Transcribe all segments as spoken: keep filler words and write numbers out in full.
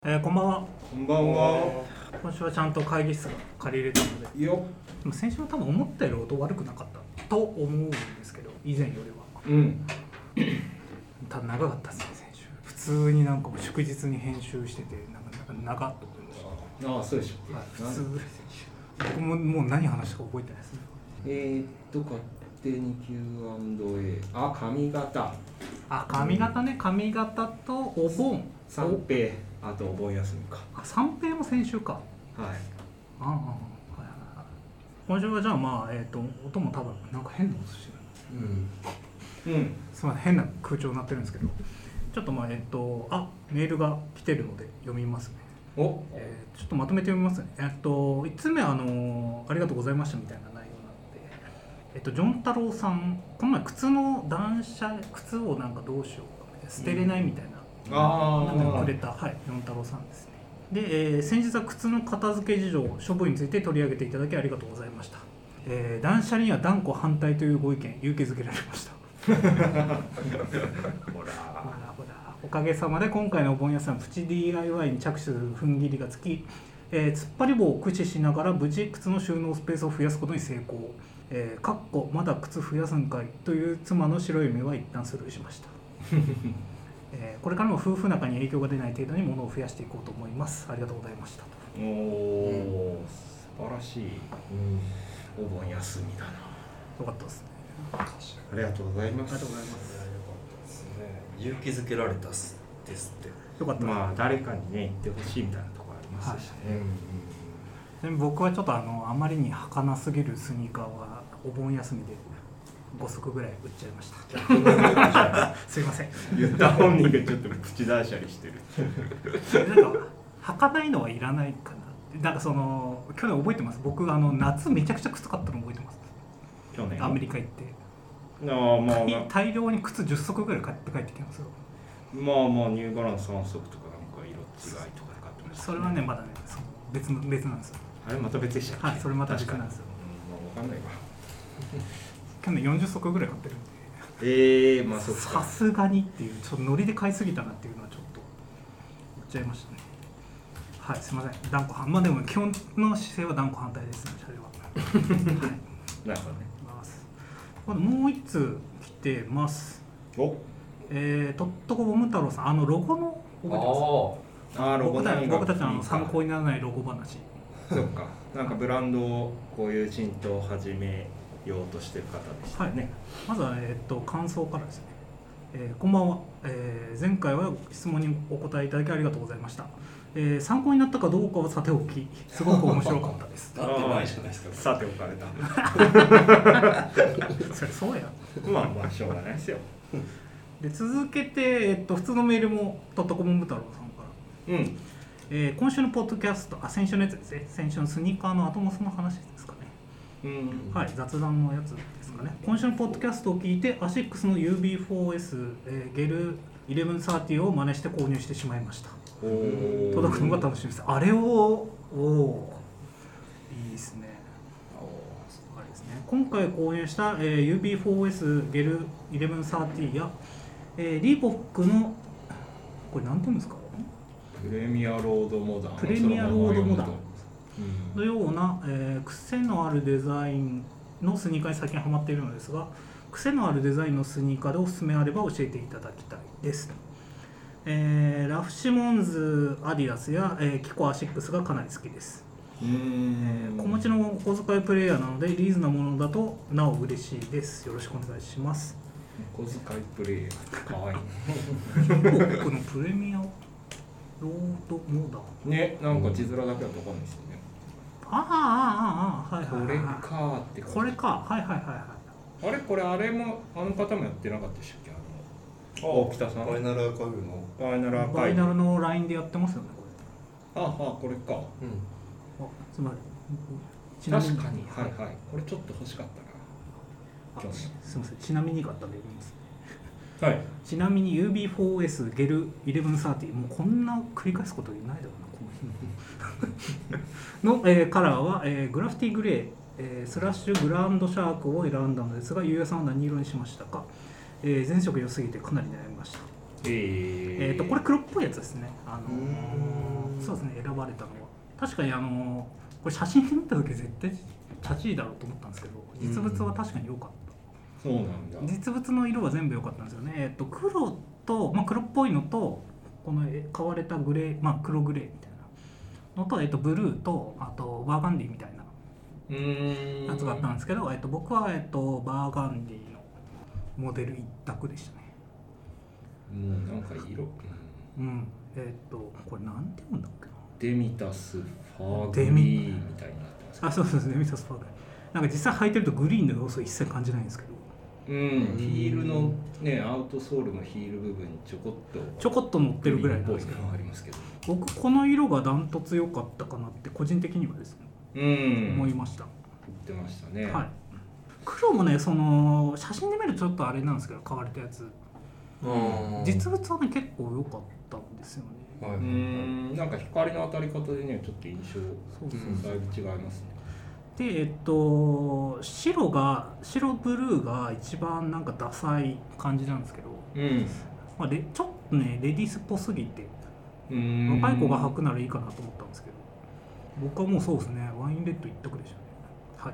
えー、こんばんは。 こんばんは。 今週はちゃんと会議室が借りれたので、 よでも先週は多分思ったより音悪くなかったと思うんですけど、以前よりは。 うん。 ただ長かったですね、先週。普通になんかもう祝日に編集してて、なんかなんか長っと思いました。 ああ、そうでしょ。 はい、普通。僕ももう何話したか覚えてないですね。 えーっと、勝手に キューアンドエー。あ、髪型。 あ、髪型ね、髪型とお盆。 三平。あとお盆休みか。 あ、三平も先週か。 はい。 ああ、はいはいはい。今週はじゃあまあ、えっ、ー、と、音も多分なんか変な音してる。うん。うん。すみません、変な空調になってるんですけど、ちょっとまあ、えっ、ー、と、あ、メールが来てるので読みますね。 お、 えー、ちょっとまとめて読みますね。えっ、ー、と、いつつめはあのありがとうございましたみたいな内容なので、えっ、ー、と、ジョン太郎さん、この前靴の断捨、靴をなんかどうしようか、捨てれないみたいな。うん、ああ、くれた、はい、ジョン太郎さんですね。で、えー、先日は靴の片付け事情、処分について取り上げていただきありがとうございました。えー、断捨離には断固反対というご意見、勇気づけられました。ほらほらほら、おかげさまで今回のお盆休みプチ ディーアイワイ に着手する踏ん切りがつき、えー、突っ張り棒を駆使しながら無事靴の収納スペースを増やすことに成功。えー、かっこまだ靴増やすんかいという妻の白い目は一旦スルーしました。えー、これからも夫婦仲に影響が出ない程度に物を増やしていこうと思います。ありがとうございましたと。 おお、うん、素晴らしい、うん、お盆休みだな。 よかったですね。 ありがとうございます。 ありがとうございます。 よかったですね。勇気づけられたですって。 よかった。 まあ誰かにね言ってほしいみたいなところありますしね。はい、 うんうん、で僕はちょっとあのあまりに儚すぎるスニーカーはお盆休みでご足ぐらい売っちゃいました。すいません。 言った本人がちょっと口出しゃりしてる。 なんか履かないのはいらないかな。なんかその去年覚えてます。僕あの夏めちゃくちゃ靴買ったの覚えてます。 去年アメリカ行って。 ああ、まあまあ、 大量に靴じゅっ足ぐらい買って帰ってきたんですよ。 まあまあニューバランスさん足とかなんか色違いとかで買ってました、ね。 それはねまだねその別の別なんですよ。 あれまた別でしたっけ？ はい、それまた別なんですよ。 うん、まあ、わかんないわ。 去年よんじゅっ足ぐらい買ってるんで。 ええー、まあそうか。 さすがにっていうちょっとノリで買いすぎたなっていうのはちょっと言っちゃいましたね。はい、すみません。断固反まあでも基本の姿勢は断固反対ですね。それは。はい。 なるほどね。 もう一通来てます。 お、 えー、とっとこぼむ太郎さん、あのロゴの覚えてます？ああ、ロゴなんか僕たちのあの参考にならないロゴ話。 そっか。なんかブランドをこういう浸透を始めようとしてる方でしたね。はい、 まずはえっ、ー、と感想からですね。えー、こんばんは、えー。前回は質問にお答えいただきありがとうございました。えー、参考になったかどうかはさておき、すごく面白かったです。 だってないじゃないですか。 さておかれた。 それそうや。 まあまあしょうがないですよ。 で続けて、えっと、普通のメールもとっとこもむ太郎さんから、うんえー、今週のポッドキャスト、あ先週のやつですね、先週のスニーカーのアトモスの話ですかね、うんはい、雑談のやつですかね。今週のポッドキャストを聞いてアシックスの ユービーフォーエス、えー、ゲルじゅういちさんじゅうを真似して購入してしまいました。届くのが楽しみです。あれをおいいですね。あれですね。今回購入した、えー、ユービーフォーエス ゲルじゅういちさんじゅうや、えー、リーポックのこれなんていうんですか？ プレミアロードモダン。 プレミアロードモダンのような、えー、癖のあるデザインのスニーカーに最近ハマっているのですが、癖のあるデザインのスニーカーでおすすめあれば教えていただきたいです。えー、ラフシモンズ、アディダスや、えー、キコアシックスがかなり好きです。うーん、えー、小持ちのお小遣いプレイヤーなのでリーズナブルなものだとなお嬉しいです。よろしくお願いします。 小遣いプレイヤーかわいい。 僕のプレミアロードモダンね、なんか字面だけだと分かんないですよね。 ああああああはいはいはい、 これかーってこれかはいはいはいはい。 あれこれあれもあの方もやってなかったでしたっけ？あの大北さん。 バイナルアーカイブのバイナルアーカイブ。 バイナルの ライン でやってますよねこれ。ああこれか。うん。 あつまりちなみに確かにはいはい。これちょっと欲しかったな。 あすみません。ちなみにがあったんで読みます。 はい。 ちなみに ユービーフォーエス ゲルじゅういちさんじゅうもうこんな繰り返すことないだろうなの、えー、カラーは、えー、グラフィティグレー、えー、スラッシュグランドシャークを選んだのですが、ゆうやさんは何色にしましたか？えー、前色良すぎてかなり悩みました。 えーえー、とこれ黒っぽいやつですね、あのうーんそうですね、選ばれたのは確かに、あのこれ写真で見た時絶対チャチーだろうと思ったんですけど、実物は確かに良かった、 そうなんだ。 実物の色は全部良かったんですよね。えっと黒と、まあ、黒っぽいのとこの買われたグレー、まあ、黒グレーみたいなのと、えっと、ブルーとあとバーガンディみたいなうーんやつがあったんですけど、えっと、僕は、えっと、バーガンディのモデル一択でしたね。 もうなんか色、うんうんえっとこれなんて読むんだっけな、 デミタスファーグデミリーみたいになってますけど、 あそうそうですね、ミサスパーガーなんか実際履いてるとグリーンの要素一切感じないんですけど、 うん、ヒールのね、アウトソールのヒール部分にちょこっとちょこっと乗ってるぐらいなんグリですけど、 ーンっぽいのがありますけど、 僕この色がダントツ良かったかなって個人的にはですね、 うん思いました。 言ってましたね。 はい、黒もね、その写真で見るとちょっとあれなんですけど、買われたやつうん実物はね結構良かったんですよね。 はいうん、なんか光の当たり方でね、ちょっと印象そうそうそうだいぶ違いますね。 でえっと白が白ブルーが一番なんかダサい感じなんですけど、 うんまあ、レちょっとねレディースっぽすぎてうん若い子が履くならいいかなと思ったんですけど、僕はもうそうですね、ワインレッド一択でしたね。はい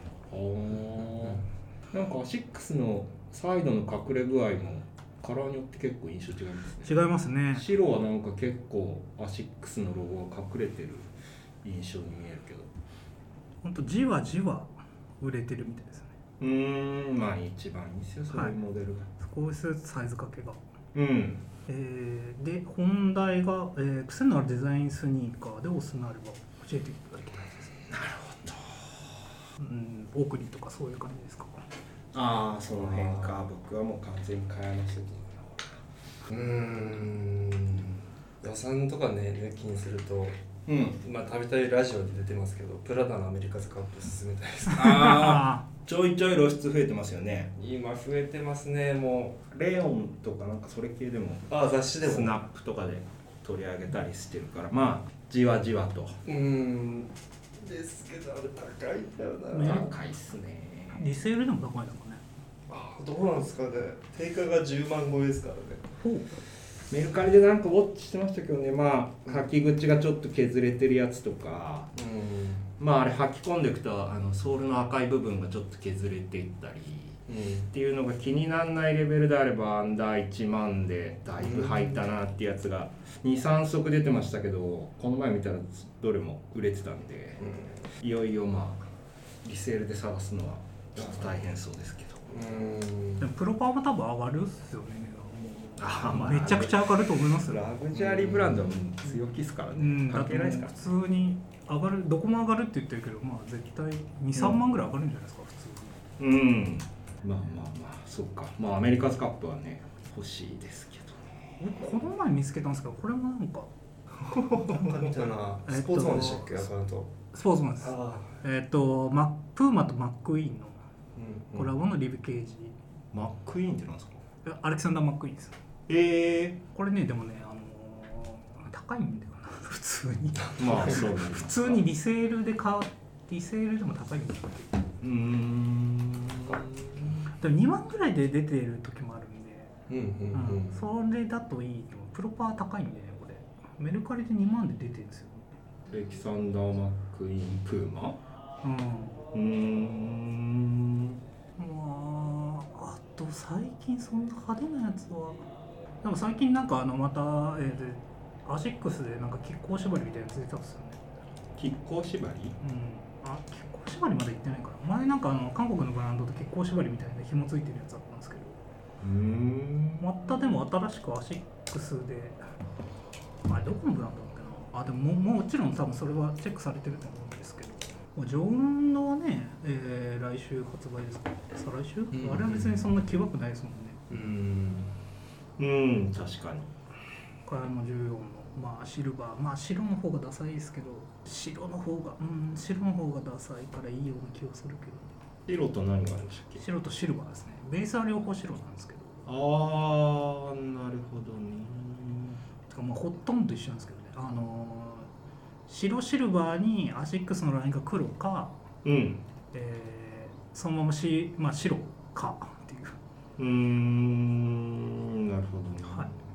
あーなんかアシックスのサイドの隠れ具合もカラーによって結構印象違いますね。 違いますね。 白はなんか結構アシックスのロゴが隠れてる印象に見えるけど、 ほんとじわじわ売れてるみたいですね。 うーんまあ一番いいですよ、そういうモデルが。 少しずつサイズ掛けが、 うんえー、で本題が、えー、癖のあるデザインスニーカーでおすすめあれば教えていただきたいです。 なるほど。 うんオークリーとかそういう感じですか。 ああその辺か。僕はもう完全に蚊帳の外うーん予算とかね抜きにすると、 うんまあたびたびラジオで出てますけど、プラダのアメリカズカップ進めたいですああちょいちょい露出増えてますよね。 今増えてますね。もレオンとかなんかそれ系でもうあ雑誌でもスナップとかで取り上げたりしてるから、まあじわじわと。 うーんですけどあれ高いんだよな、 ね高いっすね。 リセールでも高いのかね。 あどうなんですかね。定価がじゅうまん超えですからね。 ほうメルカリでなんかウォッチしてましたけどね、まあ履き口がちょっと削れてるやつとか、 うまああれ履き込んでいくとあのソールの赤い部分がちょっと削れていったりんうんっていうのが気にならないレベルであればアンダーいちまんでだいぶ履いたなってやつがにさん足出てましたけど、この前見たらどれも売れてたんで、いよいよまあリセールで探すのはちょっと大変そうですけど。 うんでもプロパーも多分上がるっすよね。 あーまあめちゃくちゃ上がると思いますよ。 ラグジュアリーブランドはもう強気っすからね、 うん、だ関って係ないですからね。 普通に上がる、どこも上がるって言ってるけど、まあ絶対に、さんまんぐらい上がるんじゃないですか、普通に。 うんまあまあまあそうか、まあアメリカズカップはね欲しいですけどね。 僕この前見つけたんですけど、これもなんかなんか見たな。 えっとスポーツマンでしたっけアカウント。 スポーツマンです。 あえっ、とマップーマとマックイーンのうんコラボのリブケージ、 マックイーンってなんですか？ アレキサンダー・マックイーンです。 えこれね、でもね、あのー高いんだよな、普通に。 えまあそうね。 普通にリセールで買う、リセールでも高いんだよ。 うーんでもにまんぐらいで出てる時もあるんで、 うんうんううんんそれだといい。でもプロパー高いんでね、これ。メルカリでにまんで出てるんですよ。 アレキサンダー・マックイーンプーマうん。 うーんまあ、あと最近そんな派手なやつはでも最近なんかあのまた、えー、でアシックスでなんか亀甲縛りみたいなやつ出たんですよね。 亀甲縛り。 うん、あ亀甲縛りまだ言ってないから前なんかあの韓国のブランドと亀甲縛りみたいな紐ついてるやつあったんですけど、 うーんまたでも新しくアシックスであれどこのブランドだっけなあでもももちろん多分それはチェックされてると思うんですけど、もうジョンドはね、えー、来週発売ですか再来週、 んあれは別にそんな気わくないですもんね。 うんうん確かに。 これもじゅうよんのまあシルバー、まあ白の方がダサいですけど、白の方がうん白の方がダサいからいいような気はするけど、 白と何がありましたっけ？ 白とシルバーですね。ベースは両方白なんですけど、 あーなるほどね。 てかまあほとんど一緒なんですけどね、あのー白シルバーにアシックスのラインが黒か、 うんえーそのままし、まあ、白かっていう。 うーんなるほどね。 はい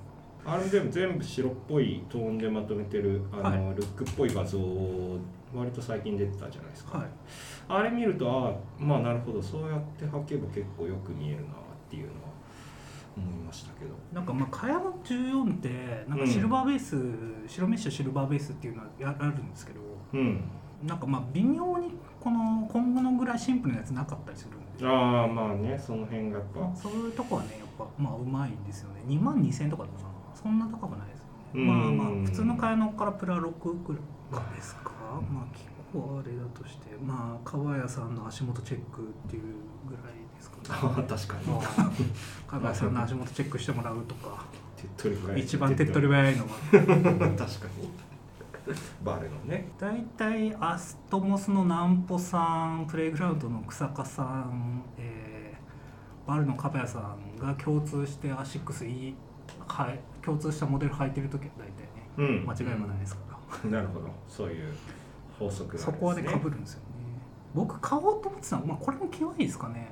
あれでも全部白っぽいトーンでまとめてるあの、はい、ルックっぽい画像割と最近出てたじゃないですか、はい、あれ見るとあまあなるほどそうやって履けば結構よく見えるなっていうのは思いましたけどなんかまあ茅野じゅうよんってなんかシルバーベース、うん、白メッシュシルバーベースっていうのはやあるんですけど、うん、なんかまあ微妙にこの今後のぐらいシンプルなやつなかったりするんでああまあねその辺がやっぱそういうとこはねやっぱまあうまいんですよねにまんにせんえんとかだなそんな高くないですよねまあまあ普通の茅野からプラろくくらいですかまあ結構あれだとしてまあ川谷さんの足元チェックっていうぐらいですかね確かに川谷さんの足元チェックしてもらうとか手っ取り早い一番手っ取り早いのは確かにバレのねだいたいアストモスの南穂さんプレイグラウンドの草加さん、えー、バルのカバヤさんが共通してアシックス E はい共通したモデル履いてる時は大体ね、うん、間違いはないですから、 うん、なるほどそういう法則があるんですねそこはで被るんですよね僕買おうと思ってたのは、まあ、これも際いいですかね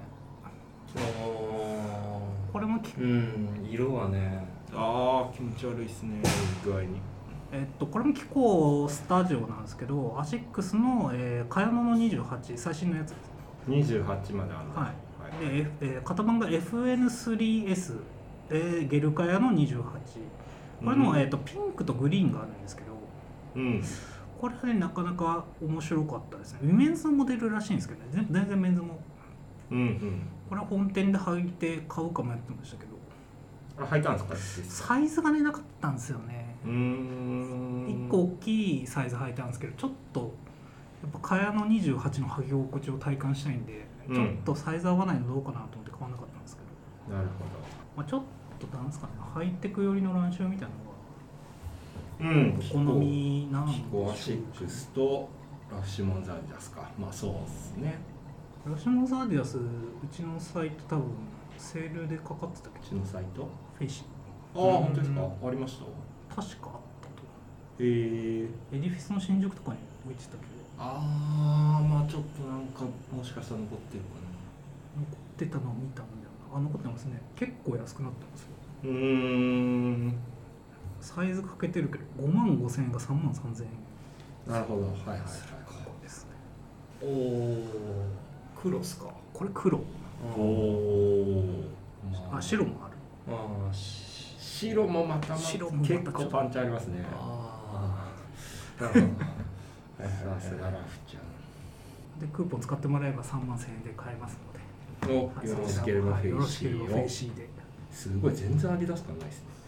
これもきうん色はねああ気持ち悪いですね具合にえっと、これもキコスタジオなんですけどアシックスの、えー、茅野のにじゅうはち最新のやつですにじゅうはちまであるんだ、 はい、はい、で、えー、型番が エフエヌスリーエス でゲルカヤのにじゅうはちこれの、うん、えー、とピンクとグリーンがあるんですけど、うん、これはねなかなか面白かったですねウィメンズモデルらしいんですけどね全然メンズも、うんうん、これは本店で履いて買うかもやってましたけどあ履いたんですかサイズがねなかったんですよねうーんいっこ大きいサイズ履いたんですけどちょっとやっぱ茅野にじゅうはちの履き心地を体感したいんで、うん、ちょっとサイズ合わないのどうかなと思って買わなかったんですけどなるほど、 まあ、ちょっとなんですかねハイテク寄りの乱視みたいなのがうんお好みなんでしょうかアシックスとラシモンザーディアスかまあそうですねラシモンザーディアスうちのサイト多分セールでかかってたけどうちのサイトフェイシああ、うん、本当ですかありました確かあったとへえエディフィスの新宿とかに置いてたけどああまあちょっとなんかもしかしたら残ってるかな残ってたのを見たんだよなあ残ってますね結構安くなったんですようーんサイズかけてるけどごまんごせんえんがさんまんさんぜんえんなるほどはいはいはいですねおお黒っすかこれ黒おおあ白もあるあ白もまたま白も結構パンチありますねああなるほどさすがラフちゃんでクーポン使ってもらえばさんまんせんえんで買えますのでお、はい、よろしければフェイシーを、 よろしければフェイシーですごい全然アディダス感ないですね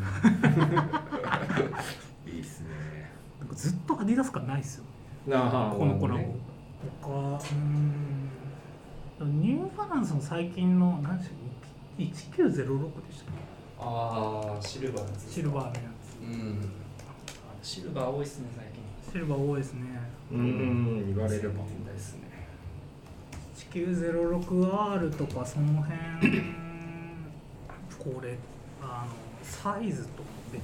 いいっすねなんかずっとアディダス感ないっすよなあこのコラボ、ね、他うんニューバランスの最近の何でしょういちきゅうゼロろくでしたっけああシルバーのやつシルバーのやつうんシルバー多いっすね最近シルバー多いですねうん言われればですねいちきゅうゼロろくアール とかその辺これあのサイズと別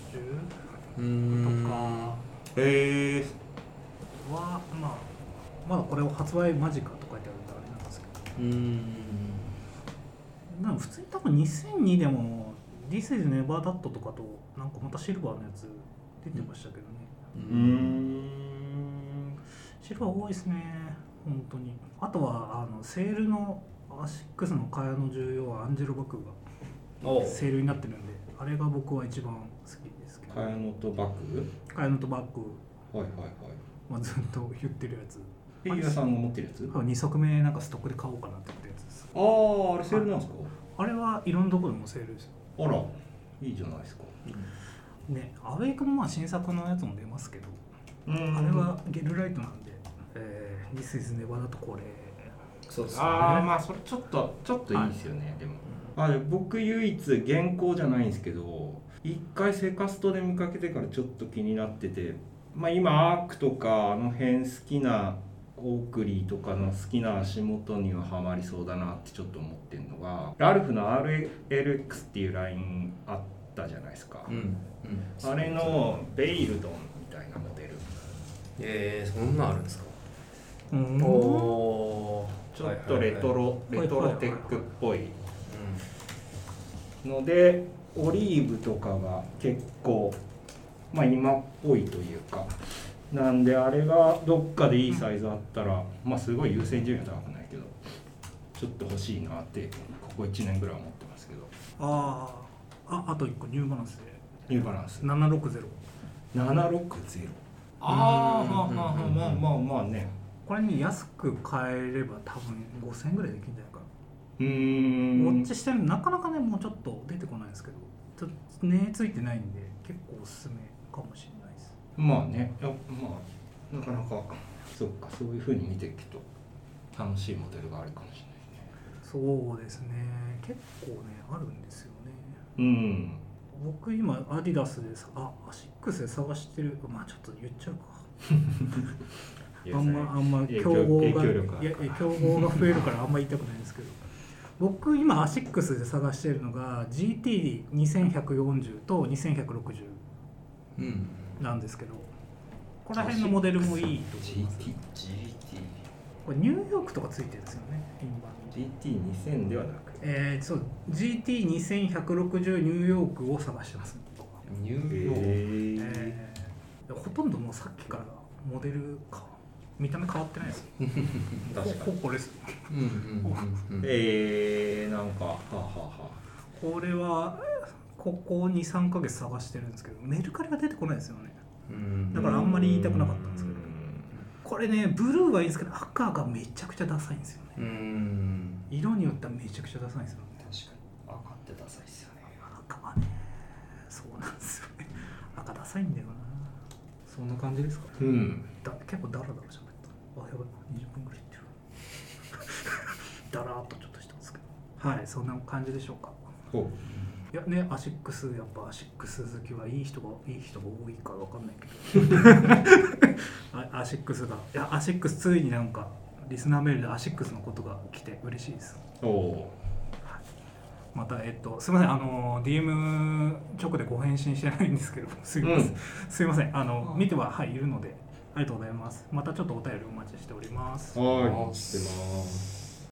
注とかへえはまあまだこれを発売間近と書いてあるんであれなんですけどうんなんか普通に多分にせんにでも This is Never That とかとなんかまたシルバーのやつ出てましたけどねうんシルバー多いですね本当にあとはあのセールのアシックスの茅野じゅうよんはアンジェロバッグがセールになってるんであれが僕は一番好きですけど茅野とバッグ茅野とバッグはいはいはい、 まあ、ずっと言ってるやつえ、ゆうやさんが持ってるやつにさくめなんかストックで買おうかなって言ったやつですああ、あれセールなんですかあれはいろんなところでもセールですよあら、いいじゃないですか、 うん、ね、アウェイクもまあ新作のやつも出ますけどあれはゲルライトなんで、えー、This is Never だとこれそうですねああ、まあそれちょっとちょっといいですよね、はい、でもあ僕唯一現行じゃないんですけど一回セカストで見かけてからちょっと気になっててまあ今アークとかあの辺好きなオークリーとかの好きな足元にはハマりそうだなってちょっと思ってるのがラルフの アールエルエックス っていうラインあったじゃないですか、うんうん、あれのベイルドンみたいなモデルえー、そんなあるんですかうんおちょっとレトロ、レトロテックっぽいのでオリーブとかが結構まあ今っぽいというか、なんであれがどっかでいいサイズあったら、まあすごい優先順位は高くないけどちょっと欲しいなってここいちねんぐらい思ってますけど。 あああといっこニューバランスでニューバランスななろくゼロ。 ななろくゼロ。ああ、まあまあまあまあまあね。 これに安く買えれば多分ごせんえんぐらいできるんじゃないかな。 うーん。 ウォッチしてるのなかなかねもうちょっと出てこないんですけど、ちょっと値ついてないんで結構おすすめかもしれないです。 まあね、いやまあなかなかそっか、そういう風に見ていくと楽しいモデルがあるかもしれないね。 そうですね、結構ねあるんですよね。 うん。 僕今アディダスでさあアシックスで探してる、まあちょっと言っちゃうかあんまあんま競合がいや競合が増えるからあんま言いたくないんですけど僕今アシックスで探してるのが ジーティーにせんひゃくよんじゅう とにせんひゃくろくじゅうなんですけど、ここら辺のモデルもいいと思います。 ジーティーこれニューヨークとかついてるんですよね品番に。 ジーティーにせん ではなく、 えー、そう ジーティーにせんひゃくろくじゅう ニューヨークを探してます。 ニューヨーク、 えー、ほとんどもうさっきからモデルか見た目変わってないです確かに。 ここれです。 うんうんうんうん、 えー、なんかはあはあはあ。 これはここ にさんかげつ探してるんですけどメルカリが出てこないですよね。 うんだからあんまり言いたくなかったんですけど、これねブルーはいいんですけど赤がめちゃくちゃダサいんですよね。 うん色によってはめちゃくちゃダサいんですよね。 確かに赤ってダサいっすよね。 赤はねそうなんですよね。赤ダサいんだよな。そんな感じですかね。 うん。 だ結構ダラダラ喋った。あやばいにじゅっぷんぐらいいってるダラーっとちょっとしたんですけど、はいそんな感じでしょうか。 ほいやねアシックスやっぱアシックス好きはいい人がいい人が多いかわかんないけどあアシックスがいやアシックスついになんかリスナーメールでアシックスのことが来て嬉しいです。 う。おお。 またえっとすみませんあの ディーエム 直でご返信してないんですけどすいません、うん、すいませんあの見てははいいるのでありがとうございます。またちょっとお便りお待ちしております。 はい、してます。